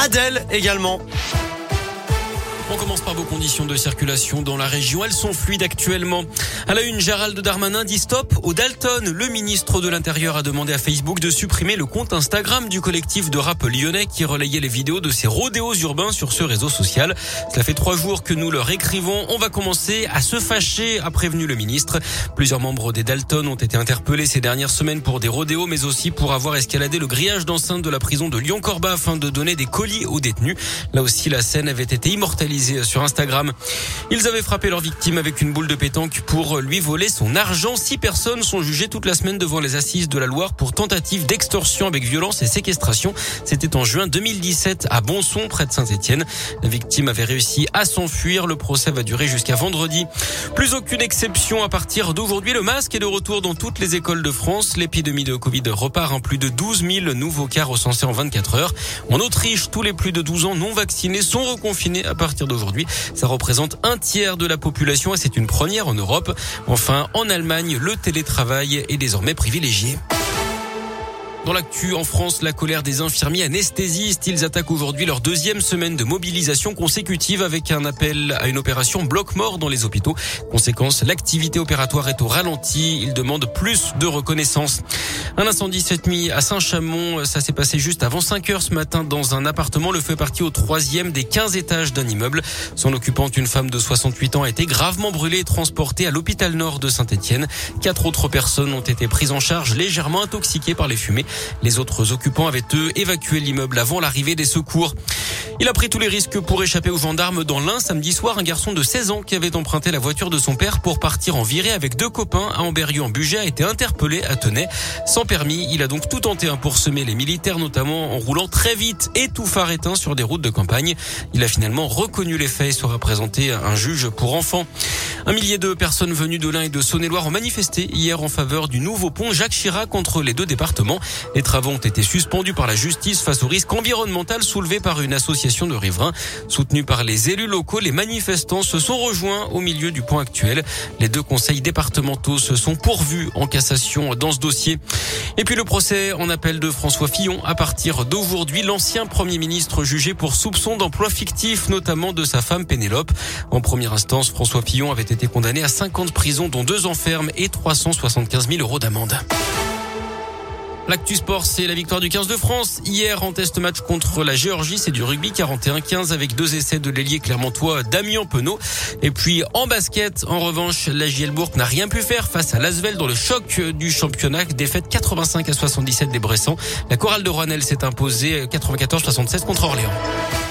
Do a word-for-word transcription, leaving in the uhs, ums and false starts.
Adèle également. On commence par vos conditions de circulation dans la région. Elles sont fluides actuellement. À la une, Gérald Darmanin dit stop au Dalton. Le ministre de l'Intérieur a demandé à Facebook de supprimer le compte Instagram du collectif de rap lyonnais qui relayait les vidéos de ces rodéos urbains sur ce réseau social. Cela fait trois jours que nous leur écrivons. On va commencer à se fâcher, a prévenu le ministre. Plusieurs membres des Dalton ont été interpellés ces dernières semaines pour des rodéos, mais aussi pour avoir escaladé le grillage d'enceinte de la prison de Lyon-Corba afin de donner des colis aux détenus. Là aussi, la scène avait été immortalisée sur Instagram. Ils avaient frappé leur victime avec une boule de pétanque pour lui voler son argent. Six personnes sont jugées toute la semaine devant les assises de la Loire pour tentative d'extorsion avec violence et séquestration. C'était en juin deux mille dix-sept à Bonson, près de Saint-Étienne. La victime avait réussi à s'enfuir. Le procès va durer jusqu'à vendredi. Plus aucune exception à partir d'aujourd'hui. Le masque est de retour dans toutes les écoles de France. L'épidémie de Covid repart. Plus de douze mille nouveaux cas recensés en vingt-quatre heures. En Autriche, tous les plus de douze ans non vaccinés sont reconfinés à partir d'aujourd'hui. Ça représente un tiers de la population et c'est une première en Europe. Enfin, en Allemagne, le télétravail est désormais privilégié. Dans l'actu en France, la colère des infirmiers anesthésistes. Ils attaquent aujourd'hui leur deuxième semaine de mobilisation consécutive avec un appel à une opération bloc-mort dans les hôpitaux. Conséquence, l'activité opératoire est au ralenti. Ils demandent plus de reconnaissance. Un incendie cette nuit à Saint-Chamond. Ça s'est passé juste avant cinq heures ce matin dans un appartement. Le feu est parti au troisième des quinze étages d'un immeuble. Son occupante, une femme de soixante-huit ans, a été gravement brûlée et transportée à l'hôpital nord de Saint-Étienne. Quatre autres personnes ont été prises en charge légèrement intoxiquées par les fumées. Les autres occupants avaient, eux, évacué l'immeuble avant l'arrivée des secours. Il a pris tous les risques pour échapper aux gendarmes dans l'Ain. Samedi soir, un garçon de seize ans qui avait emprunté la voiture de son père pour partir en virée avec deux copains à Amberieu-en-Bugey a été interpellé à Tenay. Sans permis, il a donc tout tenté pour semer les militaires, notamment en roulant très vite et tout phare éteint sur des routes de campagne. Il a finalement reconnu les faits et sera présenté à un juge pour enfants. Un millier de personnes venues de l'Ain et de Saône-et-Loire ont manifesté hier en faveur du nouveau pont Jacques Chirac entre les deux départements. Les travaux ont été suspendus par la justice face au risque environnemental soulevé par une association de riverains. Soutenus par les élus locaux, les manifestants se sont rejoints au milieu du pont actuel. Les deux conseils départementaux se sont pourvus en cassation dans ce dossier. Et puis le procès en appel de François Fillon. À partir d'aujourd'hui, l'ancien Premier ministre jugé pour soupçon d'emploi fictif, notamment de sa femme Pénélope. En première instance, François Fillon avait été condamné à cinq ans de prison, dont deux ans ferme et trois cent soixante-quinze mille euros d'amende. L'actu sport, c'est la victoire du quinze de France. Hier, en test match contre la Géorgie, c'est du rugby quarante et un quinze avec deux essais de l'ailier clermontois Damien Penaud. Et puis, en basket, en revanche, la J L Bourg n'a rien pu faire face à l'Asvel dans le choc du championnat. Défaite quatre-vingt-cinq à soixante-dix-sept des Bressans. La chorale de Roanel s'est imposée quatre-vingt-quatorze à soixante-seize contre Orléans.